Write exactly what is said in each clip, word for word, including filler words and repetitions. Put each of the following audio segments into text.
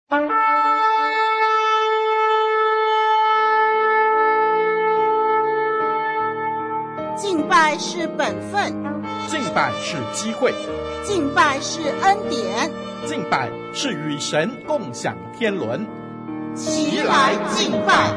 敬拜是本分， 敬拜是机会， 敬拜是恩典， 敬拜是与神共享天伦。 齐来敬拜。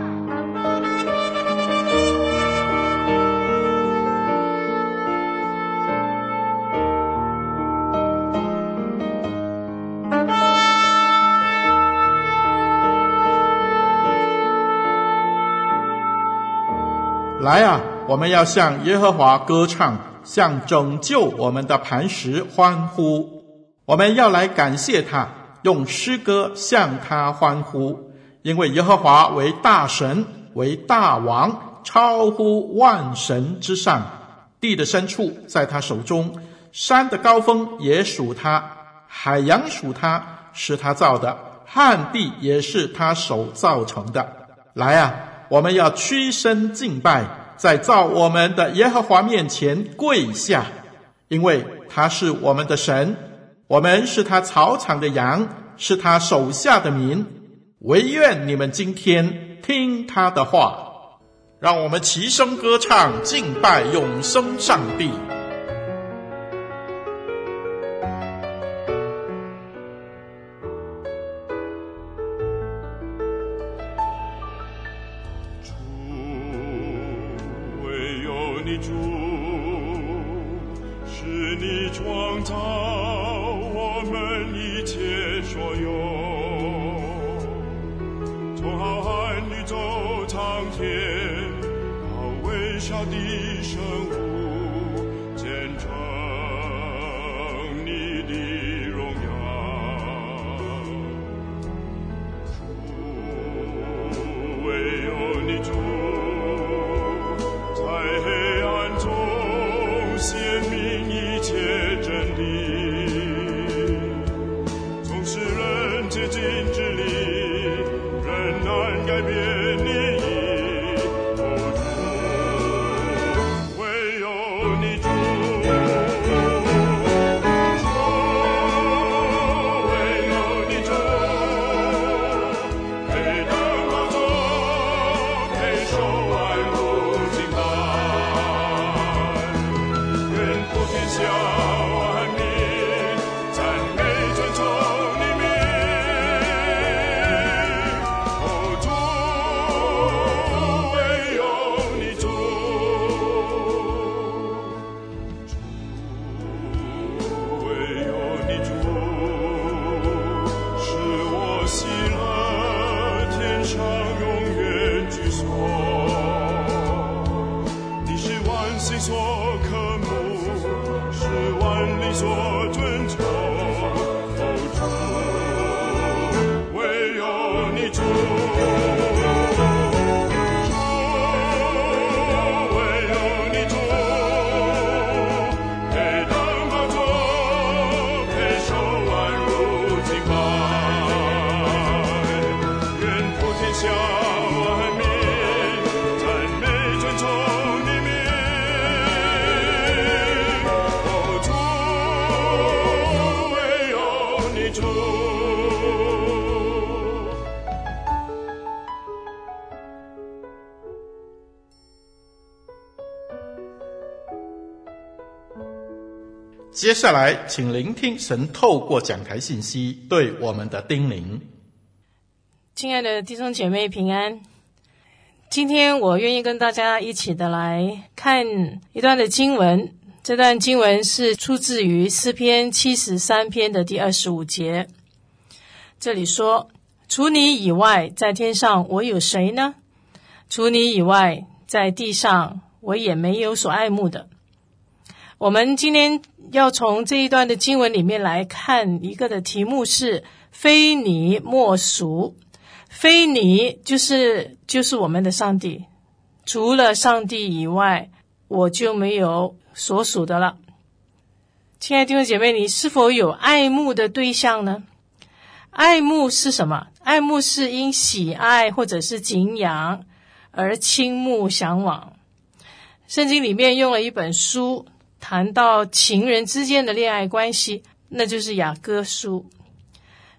来啊，我们要向耶和华歌唱，向拯救我们的磐石欢呼。我们要来感谢他，用诗歌向他欢呼，因为耶和华为大神，为大王，超乎万神之上。地的深处在他手中，山的高峰也属他，海洋属他，是他造的，旱地也是他手造成的。来啊，我们要屈身敬拜，在造我们的耶和华面前跪下，因为他是我们的神，我们是他草场的羊，是他手下的民。惟愿你们今天听他的话。让我们齐声歌唱，敬拜永生上帝。 主，是你创造我们一切所有，从浩瀚宇宙苍天到微小的生物，见证你的荣耀。主，唯有你主显明一切真理，纵使人竭尽之力，仍难改变你意。哦，主，唯有你主，主，唯有你主，配得宝座，配受万物敬拜。天下万民赞美尊崇你名，哦，主，唯有你主，主，唯有你主，是我喜乐天上永远居所，你是万心所渴慕，是万里所尊崇。哦，主，唯有你主，主，唯有你主，配登宝座，配受万物敬拜。愿普天下万民赞美尊崇你名。 接下来请聆听神透过讲台信息对我们的叮咛。 亲爱的弟兄姐妹平安，今天我愿意跟大家一起的来看一段的经文，这段经文是出自于诗篇七十三篇的第二十五节。这里说，除你以外，在天上我有谁呢？除你以外，在地上我也没有所爱慕的。我们今天要从这一段的经文里面来看一个的题目是非你莫属。非你就是就是我们的上帝，除了上帝以外，我就没有所属的了。亲爱的弟兄姐妹，你是否有爱慕的对象呢？爱慕是什么？爱慕是因喜爱或者是敬仰而倾慕向往。圣经里面用了一本书谈到情人之间的恋爱关系，那就是雅歌书。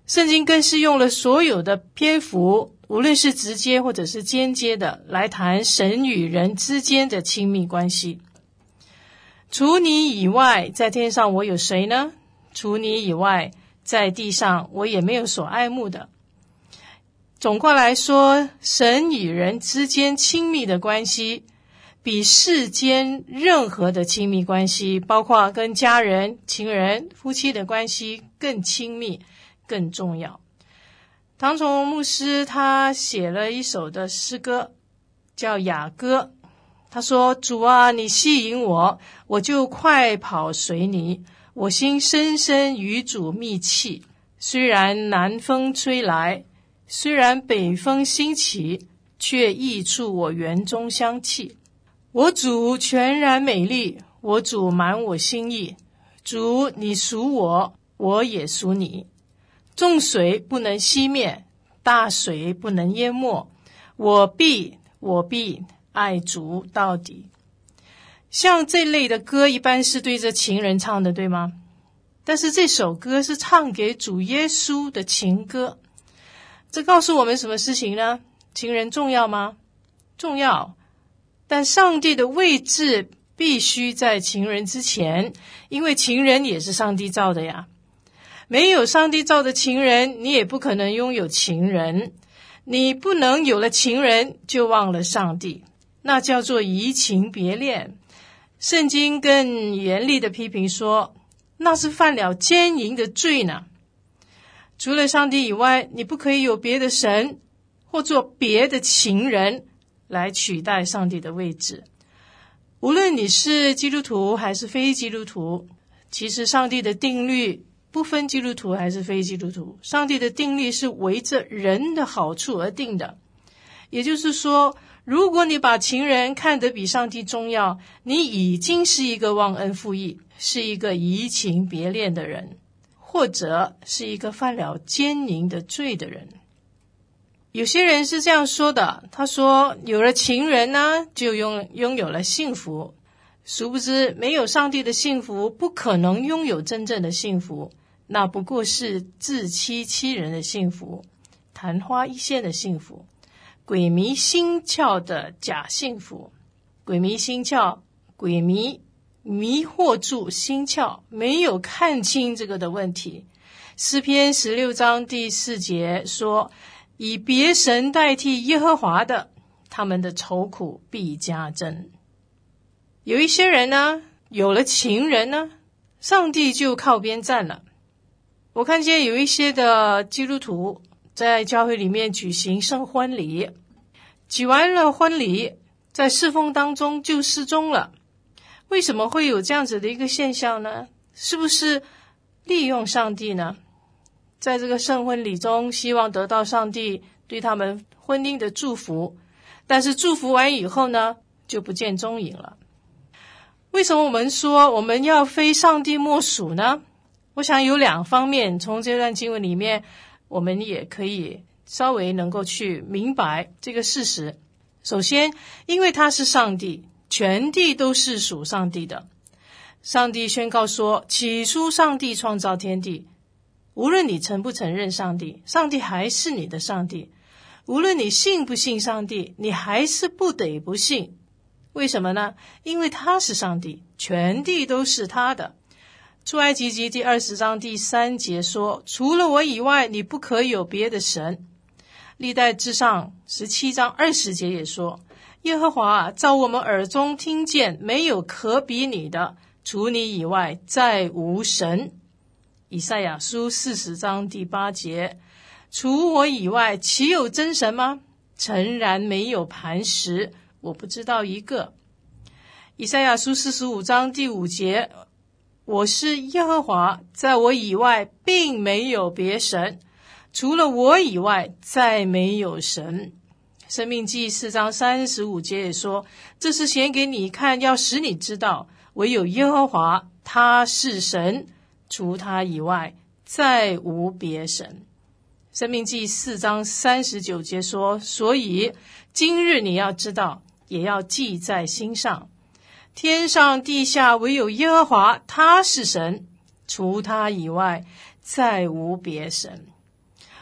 圣经更是用了所有的篇幅，无论是直接或者是间接的，来谈神与人之间的亲密关系。除你以外，在天上我有谁呢？除你以外，在地上我也没有所爱慕的。总括来说，神与人之间亲密的关系比世间任何的亲密关系，包括跟家人、情人、夫妻的关系更亲密更重要。唐崇牧师他写了一首的诗歌叫雅歌，他说，主啊，你吸引我，我就快跑随你，我心深深与主密契，虽然南风吹来，虽然北风兴起，却益处我园中香气。我主全然美丽，我主满我心意，主你属我，我也属你。众水不能熄灭，大水不能淹没，我必我必爱主到底。像这类的歌一般是对着情人唱的，对吗？但是这首歌是唱给主耶稣的情歌。这告诉我们什么事情呢？情人重要吗？重要，但上帝的位置必须在情人之前，因为情人也是上帝造的呀。没有上帝造的情人，你也不可能拥有情人。你不能有了情人就忘了上帝，那叫做移情别恋。圣经更严厉的批评说，那是犯了奸淫的罪呢。除了上帝以外，你不可以有别的神或做别的情人来取代上帝的位置。无论你是基督徒还是非基督徒，其实上帝的定律不分基督徒还是非基督徒，上帝的定律是围着人的好处而定的。也就是说，如果你把情人看得比上帝重要，你已经是一个忘恩负义，是一个移情别恋的人，或者是一个犯了奸淫的罪的人。有些人是这样说的，他说有了情人呢，就拥拥有了幸福。殊不知没有上帝的幸福，不可能拥有真正的幸福，那不过是自欺欺人的幸福，昙花一现的幸福，鬼迷心窍的假幸福。鬼迷心窍，鬼迷迷惑住心窍，没有看清这个的问题。诗篇十六章第四节说，以别神代替耶和华的，他们的愁苦必加增。有一些人呢，有了情人呢，上帝就靠边站了。我看见有一些的基督徒在教会里面举行圣婚礼，举完了婚礼，在侍奉当中就失踪了。为什么会有这样子的一个现象呢？是不是利用上帝呢？在这个圣婚礼中，希望得到上帝对他们婚姻的祝福，但是祝福完以后呢，就不见踪影了。为什么我们说我们要非上帝莫属呢？我想有两方面，从这段经文里面我们也可以稍微能够去明白这个事实。首先，因为他是上帝，全地都是属上帝的。上帝宣告说，起初上帝创造天地，无论你承不承认上帝，上帝还是你的上帝。无论你信不信上帝，你还是不得不信。为什么呢？因为他是上帝，全地都是他的。出埃及记第二十章第三节说，除了我以外，你不可有别的神。历代志上十七章二十节也说，耶和华照我们耳中听见，没有可比你的，除你以外再无神。以赛亚书四十章第八节，除我以外岂有真神吗？诚然没有磐石，我不知道一个。以赛亚书四十五章第五节，我是耶和华，在我以外并没有别神，除了我以外再没有神。申命记四章三十五节也说，这是显给你看，要使你知道，唯有耶和华他是神，除他以外再无别神。申命记四章三十九节说，所以今日你要知道，也要记在心上，天上地下唯有耶和华他是神，除他以外再无别神。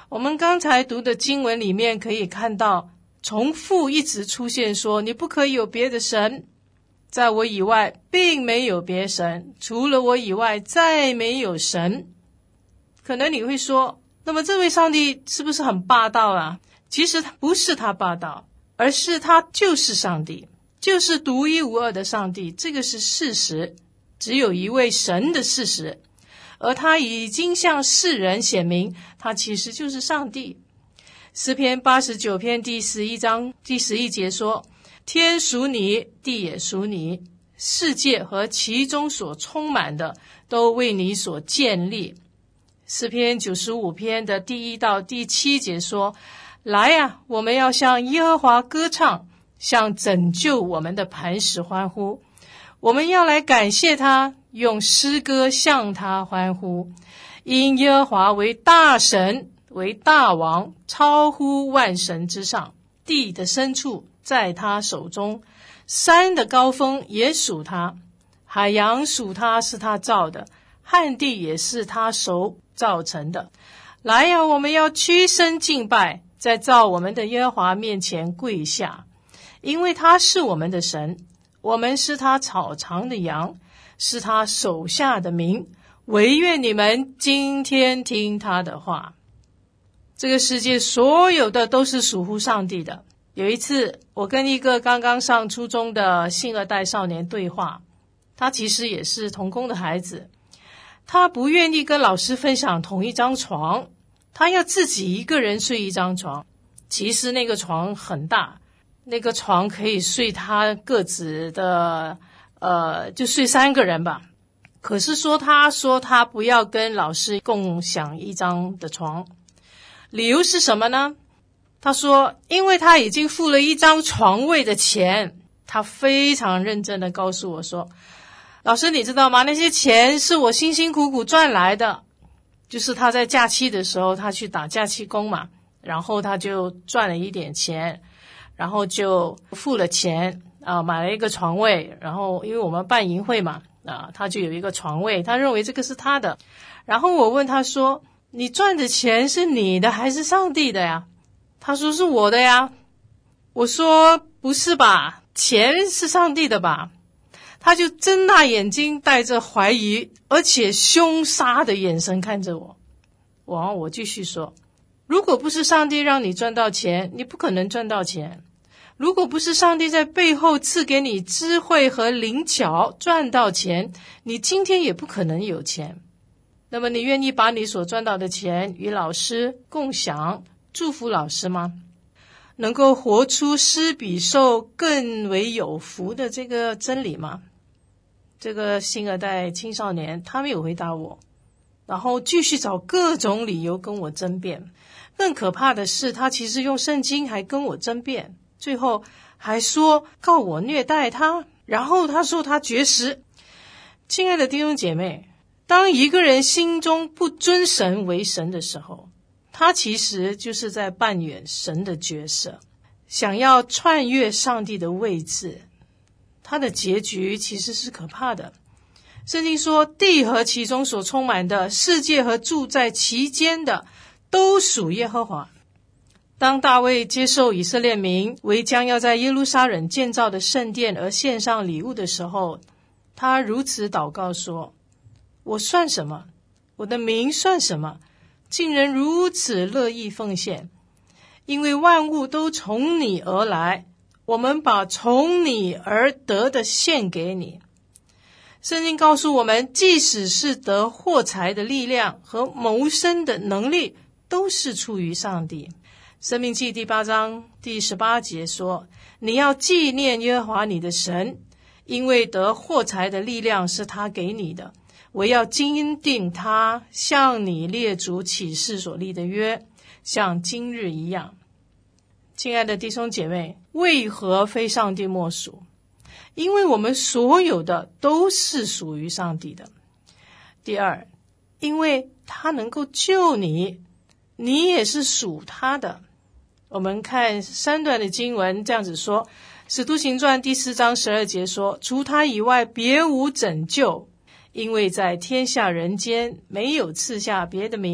我们刚才读的经文里面可以看到，重复一直出现说，你不可以有别的神，在我以外并没有别神，除了我以外再没有神。可能你会说，那么这位上帝是不是很霸道啊？其实不是他霸道，而是他就是上帝，就是独一无二的上帝，这个是事实，只有一位神的事实。而他已经向世人显明，他其实就是上帝。诗篇八十九篇第十一章第十一节说，天属你，地也属你，世界和其中所充满的都为你所建立。诗篇九十五篇的第一到第七节说，来呀，我们要向耶和华歌唱，向拯救我们的磐石欢呼。我们要来感谢他，用诗歌向他欢呼，因耶和华为大神，为大王，超乎万神之上，地的深处在他手中，山的高峰也属他，海洋属他，是他造的，旱地也是他手造成的。来呀，我们要屈身敬拜，在造我们的耶和华面前跪下，因为他是我们的神，我们是他草场的羊，是他手下的民，惟愿你们今天听他的话。这个世界所有的都是属乎上帝的。有一次我跟一个刚刚上初中的新二代少年对话，他其实也是童工的孩子，他不愿意跟老师分享同一张床，他要自己一个人睡一张床。其实那个床很大，那个床可以睡他个子的呃，就睡三个人吧。可是说他说他不要跟老师共享一张的床，理由是什么呢？他说因为他已经付了一张床位的钱。他非常认真的告诉我说，老师你知道吗，那些钱是我辛辛苦苦赚来的。就是他在假期的时候他去打假期工嘛，然后他就赚了一点钱，然后就付了钱啊、呃，买了一个床位，然后因为我们办营会嘛啊、呃，他就有一个床位，他认为这个是他的。然后我问他说，你赚的钱是你的还是上帝的呀？他说是我的呀。我说不是吧，钱是上帝的吧？他就睁大眼睛，带着怀疑而且凶杀的眼神看着我。我我继续说，如果不是上帝让你赚到钱，你不可能赚到钱。如果不是上帝在背后赐给你智慧和灵巧赚到钱，你今天也不可能有钱。那么你愿意把你所赚到的钱与老师共享，祝福老师吗？能够活出施比受更为有福的这个真理吗？这个新二代青少年他没有回答我，然后继续找各种理由跟我争辩。更可怕的是，他其实用圣经还跟我争辩，最后还说告我虐待他，然后他说他绝食。亲爱的弟兄姐妹，当一个人心中不尊神为神的时候，他其实就是在扮演神的角色，想要穿越上帝的位置，他的结局其实是可怕的。圣经说，地和其中所充满的，世界和住在其间的，都属耶和华。当大卫接受以色列民为将要在耶路撒冷建造的圣殿而献上礼物的时候，他如此祷告说，我算什么？我的民算什么？竟然如此乐意奉献，因为万物都从你而来，我们把从你而得的献给你。圣经告诉我们，即使是得获财的力量和谋生的能力，都是出于上帝。申命记第八章第十八节说，你要纪念耶和华你的神，因为得获财的力量是他给你的，我要坚定他向你列祖起誓所立的约，像今日一样。亲爱的弟兄姐妹，为何非上帝莫属？因为我们所有的都是属于上帝的。第二，因为他能够救你，你也是属他的。我们看三段的经文这样子说，使徒行传第四章十二节说，除他以外别无拯救，因为在天下人间没有赐下别的名，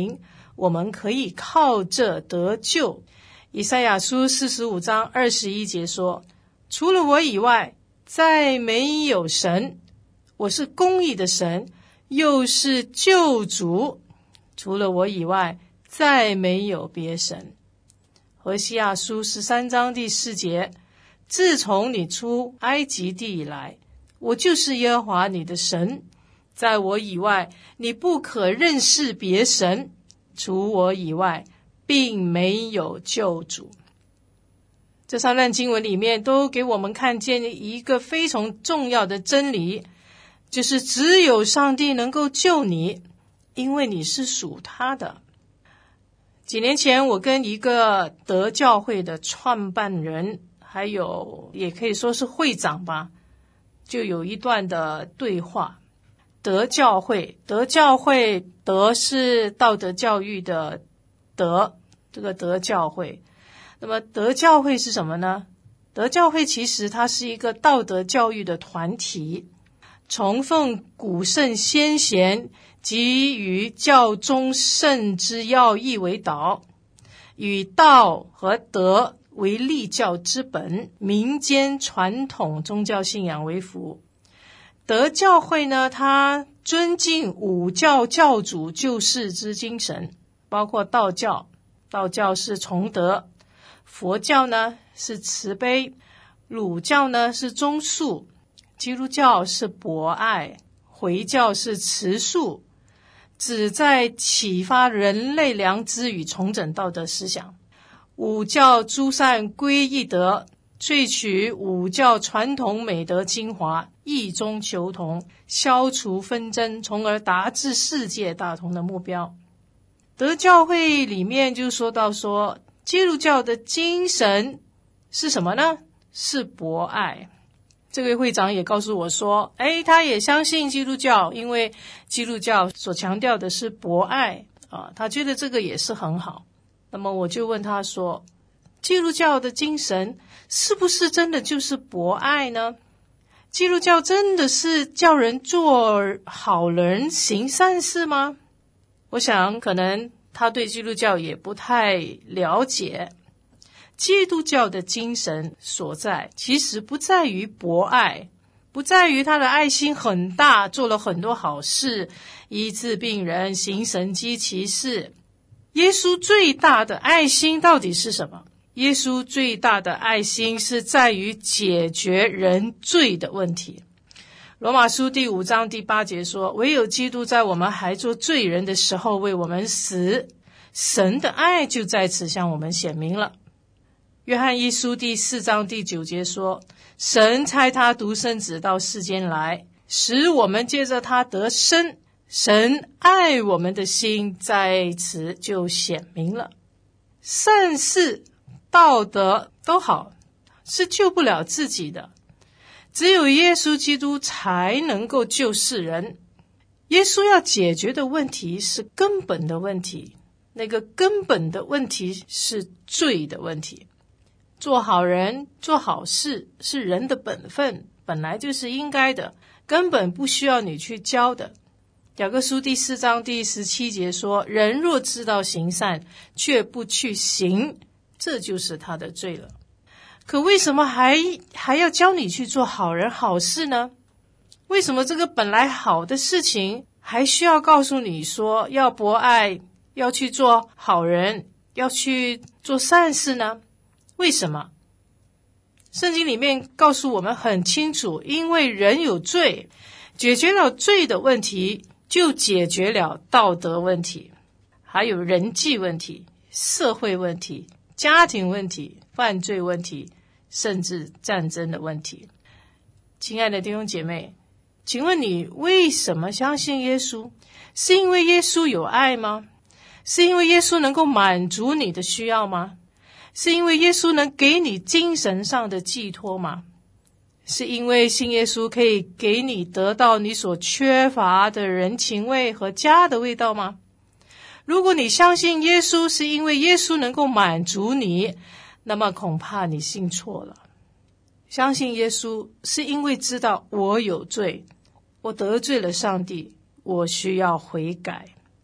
我们可以靠这得救。以赛亚书四十五章二十一节说，除了我以外，再没有神，我是公义的神，又是救主，除了我以外，再没有别神。何西阿书十三章第四节，自从你出埃及地以来，我就是耶和华你的神，在我以外，你不可认识别神，除我以外，并没有救主。这三段经文里面都给我们看见一个非常重要的真理，就是只有上帝能够救你，因为你是属他的。几年前我跟一个德教会的创办人，还有也可以说是会长吧，就有一段的对话。德教会，德教会，德是道德教育的德，这个德教会。那么德教会是什么呢？德教会其实它是一个道德教育的团体，崇奉古圣先贤及于教中圣之要义为导，以道和德为立教之本，民间传统宗教信仰为辅。德教会呢，它尊敬五教教主救世之精神，包括道教，道教是崇德；佛教呢是慈悲；儒教呢是忠恕；基督教是博爱；回教是慈恕，旨在启发人类良知与重整道德思想。五教诸善归一德，萃取五教传统美德精华，异中求同，消除纷争，从而达至世界大同的目标。德教会里面就说到说，基督教的精神是什么呢？是博爱。这位会长也告诉我说，诶，他也相信基督教，因为基督教所强调的是博爱啊，他觉得这个也是很好。那么我就问他说，基督教的精神是不是真的就是博爱呢？基督教真的是叫人做好人行善事吗？我想可能他对基督教也不太了解。基督教的精神所在其实不在于博爱，不在于他的爱心很大，做了很多好事，医治病人，行神迹奇事。耶稣最大的爱心到底是什么？耶稣最大的爱心是在于解决人罪的问题。罗马书第五章第八节说，唯有基督在我们还做罪人的时候为我们死，神的爱就在此向我们显明了。约翰一书第四章第九节说，神差他独生子到世间来，使我们借着他得生，神爱我们的心在此就显明了。善事道德都好，是救不了自己的，只有耶稣基督才能够救世人。耶稣要解决的问题是根本的问题，那个根本的问题是罪的问题。做好人做好事是人的本分，本来就是应该的，根本不需要你去教的。雅各书第四章第十七节说，人若知道行善却不去行，这就是他的罪了。可为什么还还要教你去做好人好事呢？为什么这个本来好的事情还需要告诉你说要博爱，要去做好人，要去做善事呢？为什么？圣经里面告诉我们很清楚，因为人有罪，解决了罪的问题，就解决了道德问题，还有人际问题、社会问题、家庭问题、犯罪问题，甚至战争的问题。亲爱的弟兄姐妹，请问你为什么相信耶稣？是因为耶稣有爱吗？是因为耶稣能够满足你的需要吗？是因为耶稣能给你精神上的寄托吗？是因为信耶稣可以给你得到你所缺乏的人情味和家的味道吗？如果你相信耶稣是因为耶稣能够满足你，那么恐怕你信错了。相信耶稣是因为知道我有罪，我得罪了上帝，我需要悔改。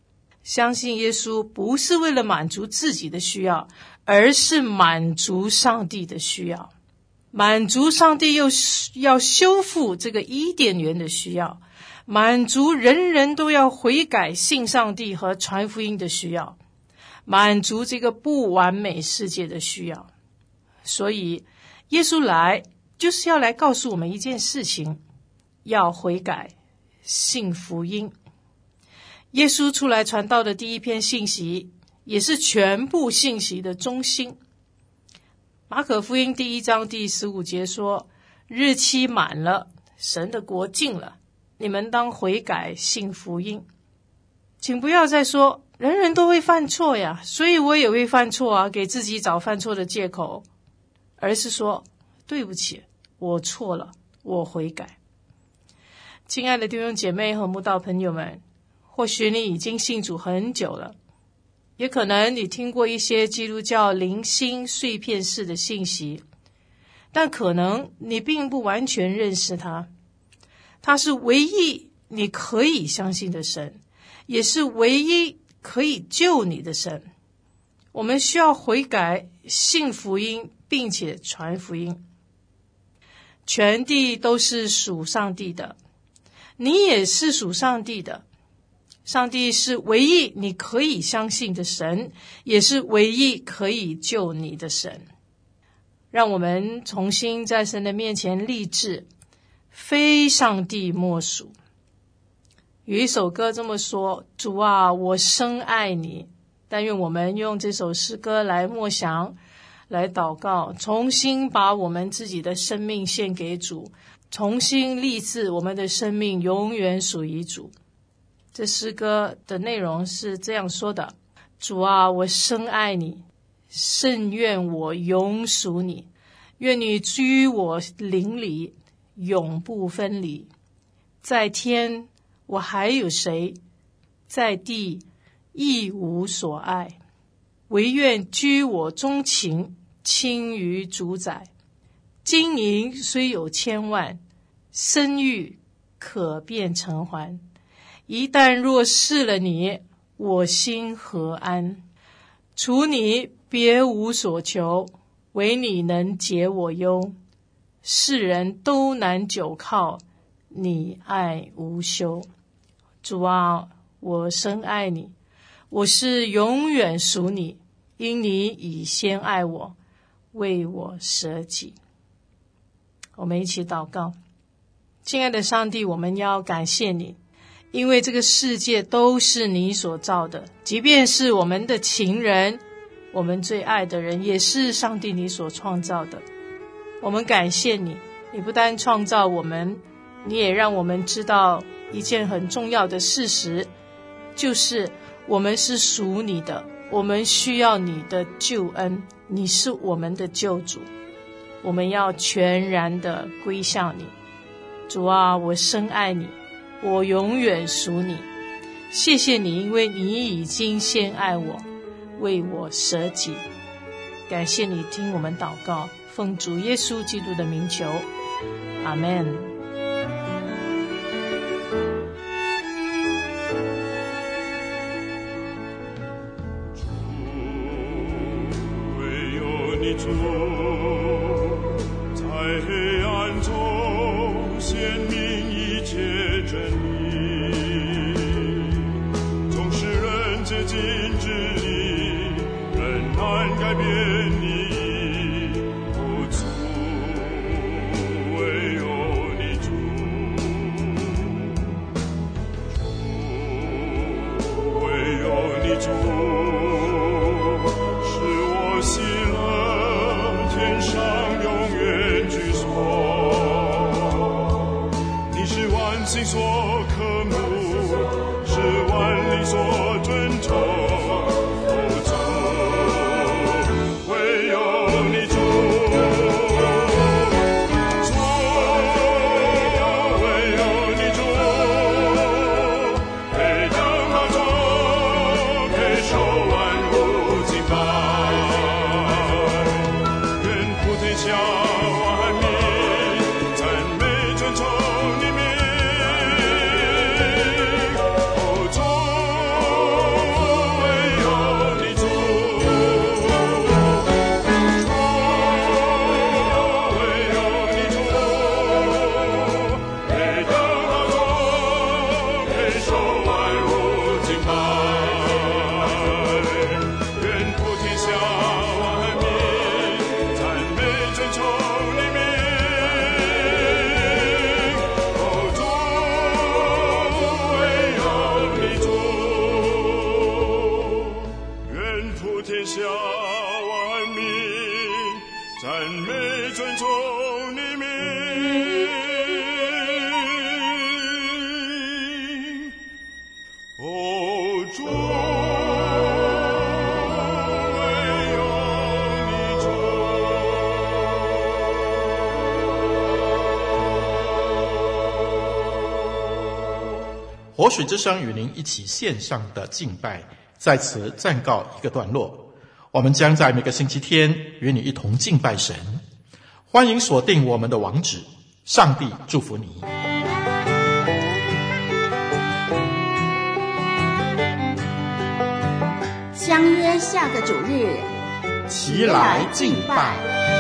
相信耶稣不是为了满足自己的需要，而是满足上帝的需要，满足上帝又要修复这个伊甸园的需要，满足人人都要悔改信上帝和传福音的需要，满足这个不完美世界的需要。所以耶稣来就是要来告诉我们一件事情，要悔改信福音。耶稣出来传道的第一篇信息，也是全部信息的中心。马可福音第一章第十五节说，日期满了，神的国近了，你们当悔改信福音。请不要再说人人都会犯错呀，所以我也会犯错啊，给自己找犯错的借口，而是说对不起，我错了，我悔改。亲爱的弟兄姐妹和慕道朋友们，或许你已经信主很久了，也可能你听过一些基督教零星碎片式的信息，但可能你并不完全认识他。他是唯一你可以相信的神，也是唯一可以救你的神。我们需要悔改信福音，并且传福音。全地都是属上帝的，你也是属上帝的。上帝是唯一你可以相信的神，也是唯一可以救你的神。让我们重新在神的面前立志，非上帝莫属。有一首歌这么说，主啊，我深爱你。但愿我们用这首诗歌来默想，来祷告，重新把我们自己的生命献给主，重新立志我们的生命永远属于主。这诗歌的内容是这样说的，主啊，我深爱你，甚愿我永属你，愿你居我邻里，永不分离。在天我还有谁，在地亦无所爱，唯愿居我中情，轻于主宰。金银虽有千万，生育可变成还。一旦若失了你，我心何安？除你别无所求，唯你能解我忧。世人都难久靠，你爱无休。主啊，我深爱你，我是永远属你，因你已先爱我，为我舍己。我们一起祷告。亲爱的上帝，我们要感谢你，因为这个世界都是你所造的，即便是我们的情人，我们最爱的人，也是上帝你所创造的。我们感谢你，你不但创造我们，你也让我们知道一件很重要的事实，就是我们是属你的，我们需要你的救恩，你是我们的救主，我们要全然的归向你。主啊，我深爱你，我永远属你。谢谢你，因为你已经先爱我，为我舍己。感谢你听我们祷告，奉主耶稣基督的名求，阿们。 唯有你主，在黑暗中显明一切真理，纵使人竭尽之力，仍难改变你不足。唯有你主，唯有你主，使我喜乐天上永远居所。你是万心所渴慕，是万里所尊崇。哦主，唯有万民，赞美尊崇你名。哦，主，唯有你主。 活水之声与您一起线上的敬拜，在此暂告一个段落。我们将在每个星期天与你一同敬拜神，欢迎锁定我们的网址。上帝祝福你。 相约下个主日， 齐来敬拜。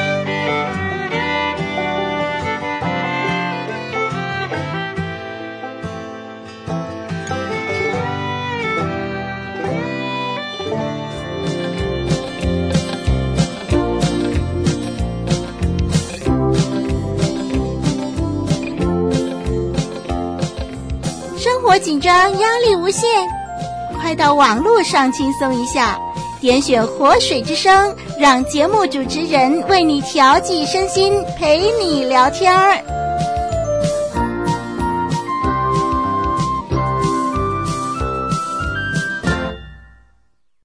生活紧张，压力无限，快到网络上轻松一下，点选活水之声，让节目主持人为你调剂身心，陪你聊天儿。